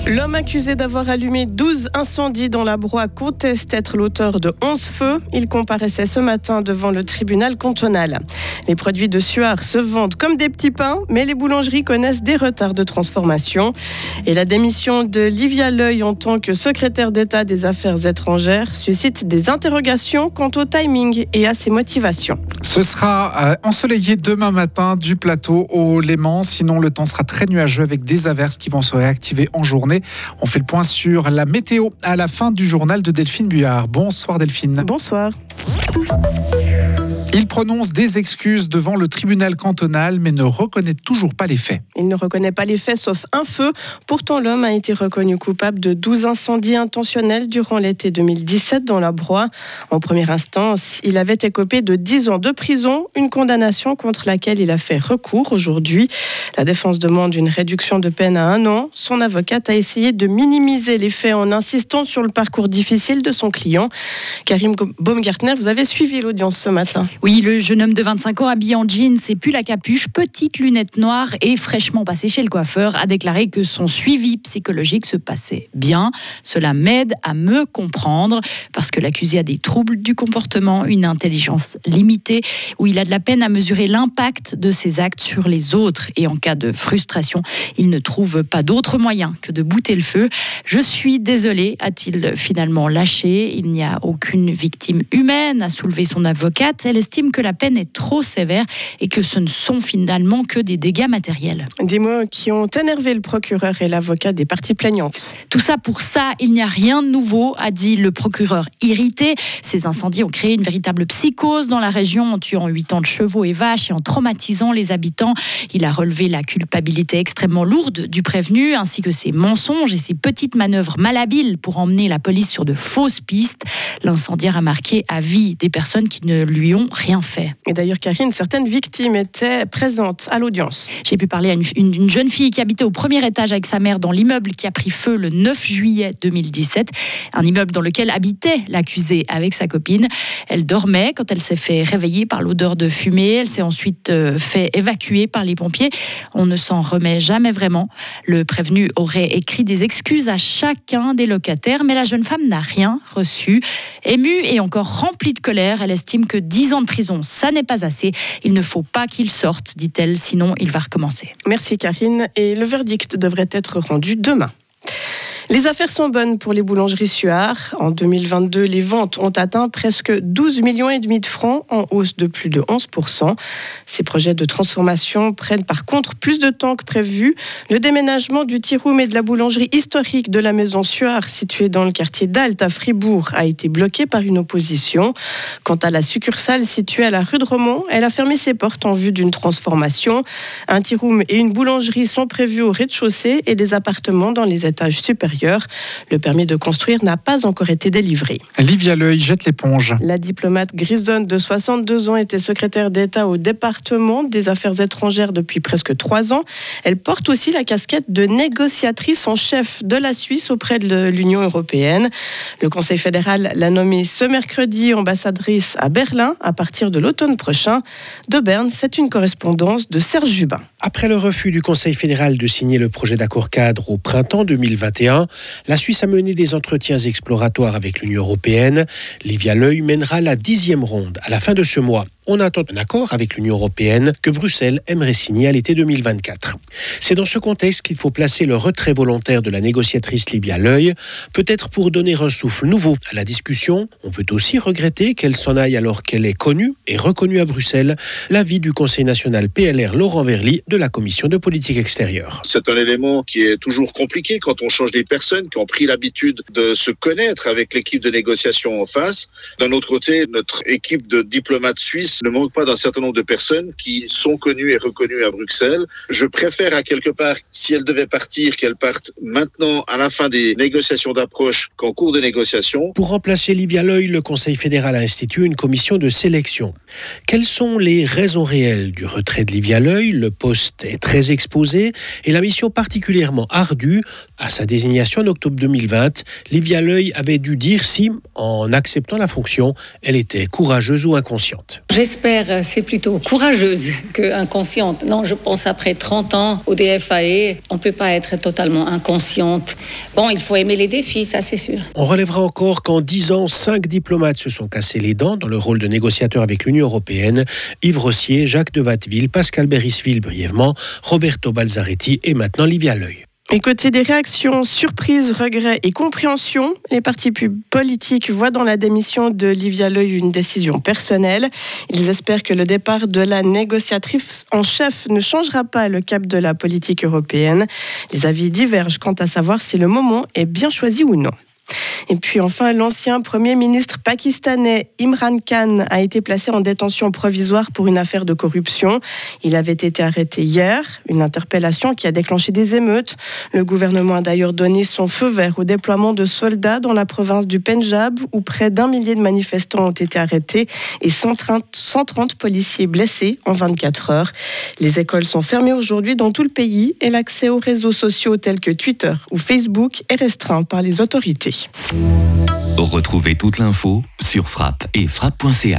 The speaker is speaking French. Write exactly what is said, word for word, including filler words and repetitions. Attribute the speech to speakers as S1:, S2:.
S1: L'homme accusé d'avoir allumé douze incendies dans la Broye conteste être l'auteur de onze feux. Il comparaissait ce matin devant le tribunal cantonal. Les produits de Suard se vendent comme des petits pains, mais les boulangeries connaissent des retards de transformation. Et la démission de Livia L'Oeil en tant que secrétaire d'État des Affaires étrangères suscite des interrogations quant au timing et à ses motivations.
S2: Ce sera euh, ensoleillé demain matin du plateau au Léman. Sinon, le temps sera très nuageux avec des averses qui vont se réactiver en journée. On fait le point sur la météo à la fin du journal de Delphine Buyard. Bonsoir Delphine.
S1: Bonsoir.
S2: Il prononce des excuses devant le tribunal cantonal, mais ne reconnaît toujours pas les faits.
S1: Il ne reconnaît pas les faits, sauf un feu. Pourtant, l'homme a été reconnu coupable de douze incendies intentionnels durant l'été deux mille dix-sept dans la Broye. En première instance, il avait écopé de dix ans de prison, une condamnation contre laquelle il a fait recours aujourd'hui. La défense demande une réduction de peine à un an. Son avocate a essayé de minimiser les faits en insistant sur le parcours difficile de son client. Karim Baumgartner, vous avez suivi l'audience ce matin.
S3: Oui, le jeune homme de vingt-cinq ans habillé en jeans et pull à capuche, petites lunettes noires et fraîchement passé chez le coiffeur a déclaré que son suivi psychologique se passait bien. Cela m'aide à me comprendre parce que l'accusé a des troubles du comportement, une intelligence limitée où il a de la peine à mesurer l'impact de ses actes sur les autres et en cas de frustration, il ne trouve pas d'autre moyen que de bouter le feu. Je suis désolé, a-t-il finalement lâché. Il n'y a aucune victime humaine, a soulevé son avocate. Elle estime que la peine est trop sévère et que ce ne sont finalement que des dégâts matériels.
S1: Des mots qui ont énervé le procureur et l'avocat des parties plaignantes.
S3: Tout ça pour ça, il n'y a rien de nouveau, a dit le procureur irrité. Ces incendies ont créé une véritable psychose dans la région en tuant huit ans de chevaux et vaches et en traumatisant les habitants. Il a relevé la culpabilité extrêmement lourde du prévenu ainsi que ses mensonges et ses petites manœuvres malhabiles pour emmener la police sur de fausses pistes. L'incendiaire a marqué à vie des personnes qui ne lui ont rien fait.
S1: Et d'ailleurs, Karine, certaines victimes étaient présentes à l'audience.
S3: J'ai pu parler à une, une, une jeune fille qui habitait au premier étage avec sa mère dans l'immeuble qui a pris feu le neuf juillet deux mille dix-sept. Un immeuble dans lequel habitait l'accusé avec sa copine. Elle dormait quand elle s'est fait réveiller par l'odeur de fumée. Elle s'est ensuite euh, fait évacuer par les pompiers. On ne s'en remet jamais vraiment. Le prévenu aurait écrit des excuses à chacun des locataires, mais la jeune femme n'a rien reçu. Émue et encore remplie de colère, elle estime que dix ans de prison, ça n'est pas assez. Il ne faut pas qu'il sorte, dit-elle, sinon il va recommencer.
S1: Merci Karine. Et le verdict devrait être rendu demain. Les affaires sont bonnes pour les boulangeries Suard. En deux mille vingt-deux, les ventes ont atteint presque douze millions et demi de francs, en hausse de plus de onze pour cent. Ces projets de transformation prennent par contre plus de temps que prévu. Le déménagement du tea room et de la boulangerie historique de la maison Suard, située dans le quartier d'Alt à Fribourg, a été bloqué par une opposition. Quant à la succursale située à la rue de Romont, elle a fermé ses portes en vue d'une transformation. Un tea room et une boulangerie sont prévus au rez-de-chaussée et des appartements dans les étages supérieurs. Le permis de construire n'a pas encore été délivré.
S2: Livia L'Oeil jette l'éponge.
S1: La diplomate grisonne de soixante-deux ans était secrétaire d'État au département des Affaires étrangères depuis presque trois ans. Elle porte aussi la casquette de négociatrice en chef de la Suisse auprès de l'Union européenne. Le Conseil fédéral l'a nommée ce mercredi ambassadrice à Berlin à partir de l'automne prochain. De Berne, c'est une correspondance de Serge Jubin.
S4: Après le refus du Conseil fédéral de signer le projet d'accord cadre au printemps deux mille vingt et un, la Suisse a mené des entretiens exploratoires avec l'Union européenne. Livia L'Oeil mènera la dixième ronde à la fin de ce mois. On attend un accord avec l'Union européenne que Bruxelles aimerait signer à l'été deux mille vingt-quatre. C'est dans ce contexte qu'il faut placer le retrait volontaire de la négociatrice Livia L'Oeil, peut-être pour donner un souffle nouveau à la discussion. On peut aussi regretter qu'elle s'en aille alors qu'elle est connue et reconnue à Bruxelles, l'avis du Conseil national P L R Laurent Verly de la Commission de politique extérieure.
S5: C'est un élément qui est toujours compliqué quand on change des personnes qui ont pris l'habitude de se connaître avec l'équipe de négociation en face. D'un autre côté, notre équipe de diplomates suisses ne manque pas d'un certain nombre de personnes qui sont connues et reconnues à Bruxelles. Je préfère à quelque part, si elle devait partir, qu'elle parte maintenant à la fin des négociations d'approche qu'en cours de négociation.
S4: Pour remplacer Livia L'Oeil, le Conseil fédéral a institué une commission de sélection. Quelles sont les raisons réelles du retrait de Livia L'Oeil ? Le poste est très exposé et la mission particulièrement ardue. À sa désignation en octobre deux mille vingt, Livia L'Oeil avait dû dire si, en acceptant la fonction, elle était courageuse ou inconsciente.
S6: J'ai j'espère, c'est plutôt courageuse qu'inconsciente. Non, je pense après trente ans au D F A E, on ne peut pas être totalement inconsciente. Bon, il faut aimer les défis, ça c'est sûr.
S4: On relèvera encore qu'en dix ans, cinq diplomates se sont cassés les dents dans le rôle de négociateur avec l'Union européenne. Yves Rossier, Jacques de Watteville, Pascal Berisville brièvement, Roberto Balzaretti et maintenant Livia L'Oeil.
S1: Et côté des réactions, surprise, regret et compréhension, les partis politiques voient dans la démission de Livia L'Oeil une décision personnelle. Ils espèrent que le départ de la négociatrice en chef ne changera pas le cap de la politique européenne. Les avis divergent quant à savoir si le moment est bien choisi ou non. Et puis enfin, l'ancien Premier ministre pakistanais Imran Khan a été placé en détention provisoire pour une affaire de corruption. Il avait été arrêté hier, une interpellation qui a déclenché des émeutes. Le gouvernement a d'ailleurs donné son feu vert au déploiement de soldats dans la province du Pendjab, où près d'un millier de manifestants ont été arrêtés et cent trente policiers blessés en vingt-quatre heures. Les écoles sont fermées aujourd'hui dans tout le pays et l'accès aux réseaux sociaux tels que Twitter ou Facebook est restreint par les autorités.
S7: Retrouvez toute l'info sur frappe et frappe point c h.